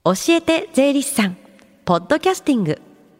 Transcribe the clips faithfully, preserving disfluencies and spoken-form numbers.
教えて税理士さんポッドキャスティング。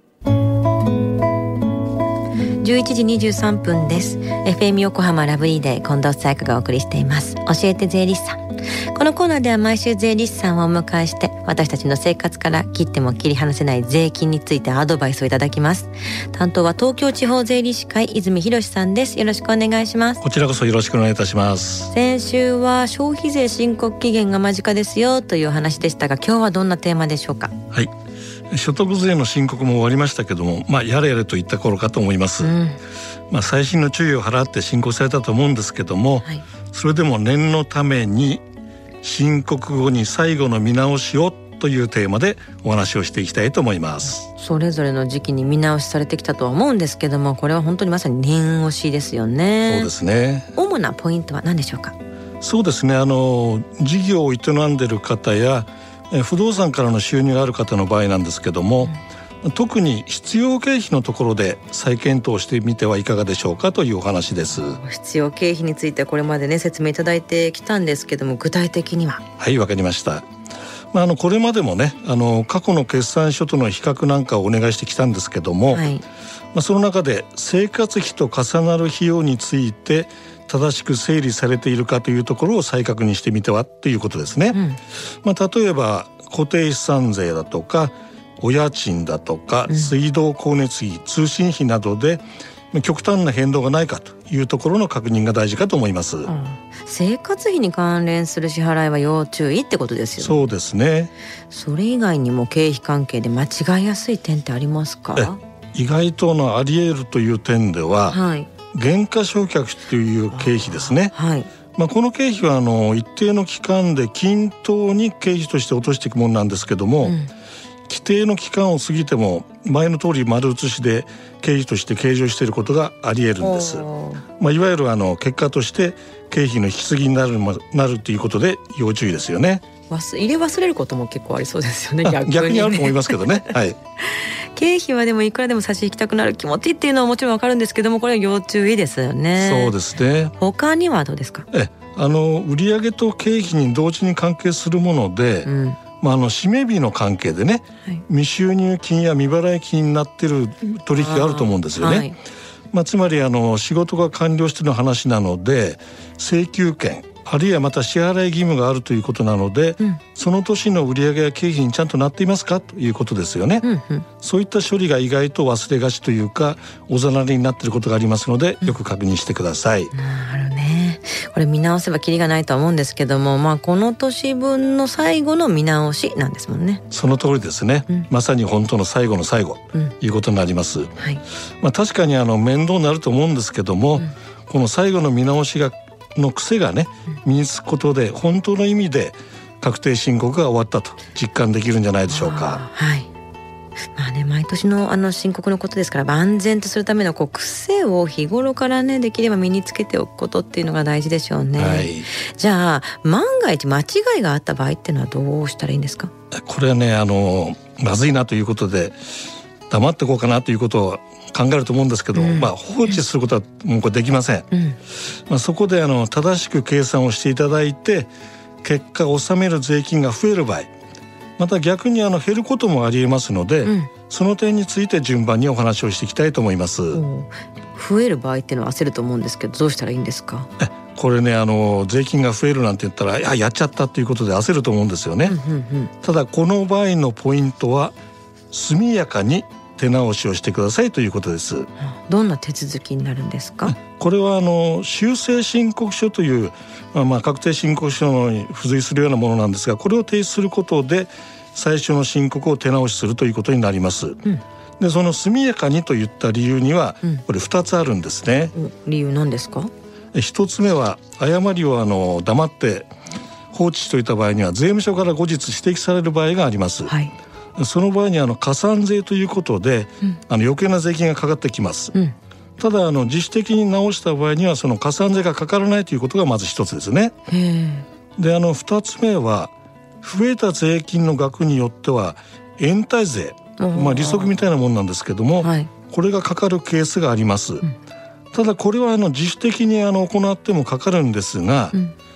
じゅういちじにじゅうさんぷんです。 エフエム 横浜ラブリーデー近藤紗友香がお送りしています。教えて税理士さん。このコーナーでは毎週税理士さんをお迎えして、私たちの生活から切っても切り離せない税金についてアドバイスをいただきます。担当は東京地方税理士会泉博さんです。よろしくお願いします。 こちらこそよろしくお願いいたします。 先週は消費税申告期限が間近ですよというお話でしたが、今日はどんなテーマでしょうか。 はい、所得税の申告も終わりましたけども、まあ、やれやれといった頃かと思います、うんまあ、細心の注意を払って申告されたと思うんですけども、はい、それでも念のために申告後に最後の見直しをというテーマでお話をしていきたいと思います。 それぞれの時期に見直しされてきたとは思うんですけども、これは本当にまさに念押しですよね。 そうですね。 主なポイントは何でしょうか。 そうですね、あの事業を営んでいる方や不動産からの収入がある方の場合なんですけども、うん、特に必要経費のところで再検討してみてはいかがでしょうかというお話です。 必要経費についてはこれまでね説明いただいてきたんですけども、具体的には。 はい、わかりました。まあ、あのこれまでもね、あの過去の決算書との比較なんかをお願いしてきたんですけども、はいまあ、その中で生活費と重なる費用について正しく整理されているかというところを再確認してみてはということですね、うんまあ、例えば固定資産税だとかお家賃だとか水道光熱費、通信費などで極端な変動がないかというところの確認が大事かと思います、うん、 生活費に関連する支払いは要注意ってことですよね。 そうですね。 それ以外にも経費関係で間違いやすい点ってありますか。 意外とのあり得るという点では、はい、減価償却という経費ですね、はいまあ、この経費はあの一定の期間で均等に経費として落としていくものなんですけども、うん、規定の期間を過ぎても前の通り丸写しで経費として計上していることがあり得るんです、まあ、いわゆるあの結果として経費の引き継ぎになる、なるということで要注意ですよね。 忘入れ忘れることも結構ありそうですよね。逆にね、 逆にあると思いますけどね、はい、 経費はでもいくらでも差し引きたくなる気持ちっていうのはもちろんわかるんですけども、これは要注意ですよね。 そうですね。 他にはどうですか。 えあの売上と経費に同時に関係するもので、うんまあ、あの締め日の関係でね、はい、未収入金や未払い金になっている取引があると思うんですよね、はいまあ、つまりあの仕事が完了しての話なので請求権あるいはまた支払い義務があるということなので、うん、その年の売上や経費にちゃんとなっていますかということですよね、うんうん、そういった処理が意外と忘れがちというかおざなりになっていることがありますので、よく確認してください、うん、 なるね。これ見直せばキリがないとは思うんですけども、まあ、この年分の最後の見直しなんですもんね。 その通りですね、うん、まさに本当の最後の最後ということになります、うんはいまあ、確かにあの面倒になると思うんですけども、うん、この最後の見直しがの癖がね身につくことで本当の意味で確定申告が終わったと実感できるんじゃないでしょうか。 はいまあね、毎年のあの申告のことですから、万全とするためのこう癖を日頃からねできれば身につけておくことっていうのが大事でしょうね、はい、じゃあ万が一間違いがあった場合っていうのはどうしたらいいんですか。 これはねあのまずいなということで黙ってこうかなということを考えると思うんですけど、うんまあ、放置することはもうこれできません、うんまあ、そこであの正しく計算をしていただいて結果納める税金が増える場合、また逆にあの減ることもありえますので、うん、その点について順番にお話をしていきたいと思います。 増える場合っていうのは焦ると思うんですけど、どうしたらいいんですか。 えこれねあの税金が増えるなんて言ったら や, やっちゃったということで焦ると思うんですよね、うんうんうん、ただこの場合のポイントは速やかに手直しをしてくださいということです。 どんな手続きになるんですか。 これはあの修正申告書という、まあ、確定申告書に付随するようなものなんですが、これを提出することで最初の申告を手直しするということになります、うん、でその速やかにといった理由にはこれふたつあるんですね、 うん、理由なんですか。 ひとつめは誤りをあの黙って放置しておいた場合には税務署から後日指摘される場合があります、はい、その場合にあの加算税ということで、うん、あの余計な税金がかかってきます、うん、ただあの自主的に直した場合にはその加算税がかからないということがまず一つですね。へであの二つ目は増えた税金の額によっては延滞税、まあ、利息みたいなものなんですけども、はい、これがかかるケースがあります、うん、ただこれはあの自主的にあの行ってもかかるんですが、うん、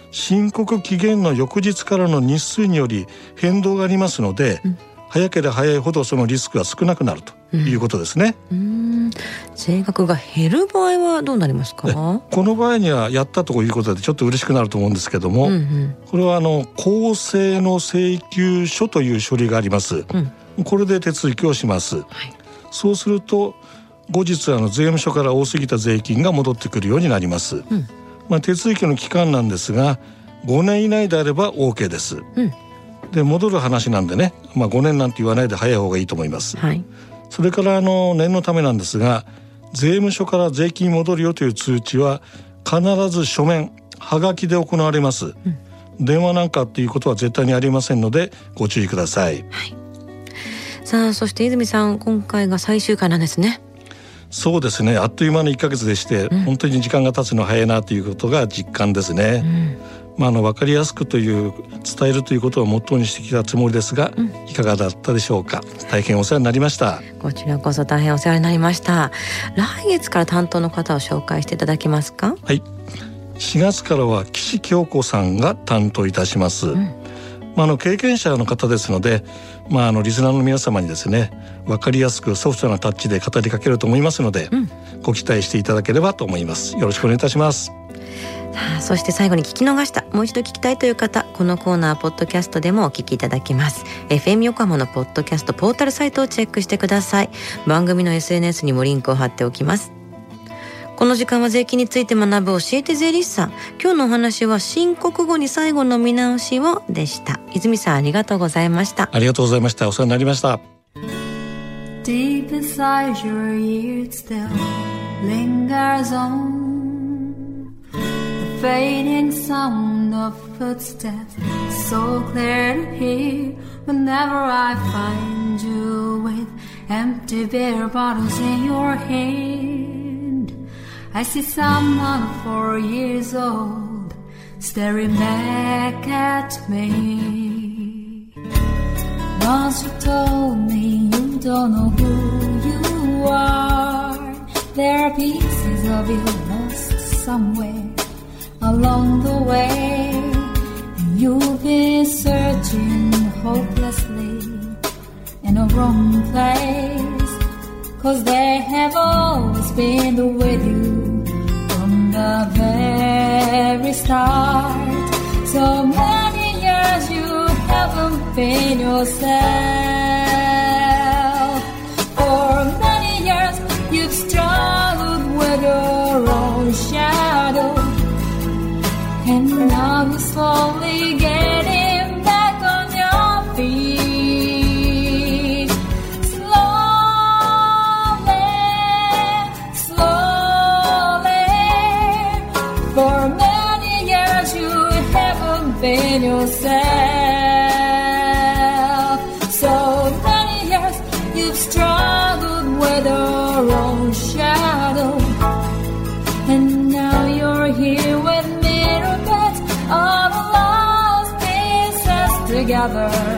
申告期限の翌日からの日数により変動がありますので、うん、早ければ早いほどそのリスクが少なくなるということですね。 うん、うーん、税額が減る場合はどうなりますか？ この場合にはやったということでちょっと嬉しくなると思うんですけども、うんうん、これはあの公正の請求書という書類があります、うん、これで手続きをします、はい、そうすると後日あの税務署から多すぎた税金が戻ってくるようになります、うん、まあ、手続きの期間なんですがごねん以内であれば OK です、うん、で戻る話なんでね、まあ、ごねんなんて言わないで早い方がいいと思います、はい、それからあの念のためなんですが税務署から税金戻るよという通知は必ず書面はがきで行われます、うん、電話なんかっていうことは絶対にありませんのでご注意ください、はい、 さあそして泉さん、今回が最終回なんですね。 そうですね、あっという間のいっかげつでして、うん、本当に時間が経つの早いなということが実感ですね、うん、まあ、あの分かりやすくという伝えるということをモットーにしてきたつもりですが、うん、いかがだったでしょうか。大変お世話になりました。 こちらこそ大変お世話になりました。来月から担当の方を紹介していただけますか？ はい、しがつからは岸京子さんが担当いたします、うん、まあ、あの経験者の方ですので、まあ、あのリスナーの皆様にですね分かりやすくソフトなタッチで語りかけると思いますので、うん、ご期待していただければと思います。よろしくお願いいたします。 さあ、そして最後に聞き逃した、もう一度聞きたいという方、このコーナーポッドキャストでもお聞きいただけます。 エフエム 横浜のポッドキャストポータルサイトをチェックしてください。番組の エスエヌエス にもリンクを貼っておきます。この時間は税金について学ぶ教えて税理士さん。今日のお話は申告後に最後の見直しをでした。泉さん、ありがとうございました。 ありがとうございました。お世話になりました。 Deep inside your ears still lingers on the fading sound of footsteps, so clear to hear whenever I find you with empty beer bottles in your hand.I see someone four years old staring back at me. Once you told me you don't know who you are. There are pieces of you lost somewhere along the way, and you've been searching hopelessly in a wrong place.'Cause they have always been with you from the very start. So many years you haven't been yourself. For many years you've struggled with your own shadow, and now you're slowly getting back on your feet.For many years you haven't been yourself. So many years you've struggled with your own shadow, and now you're here with mirror beds, all the lost pieces together.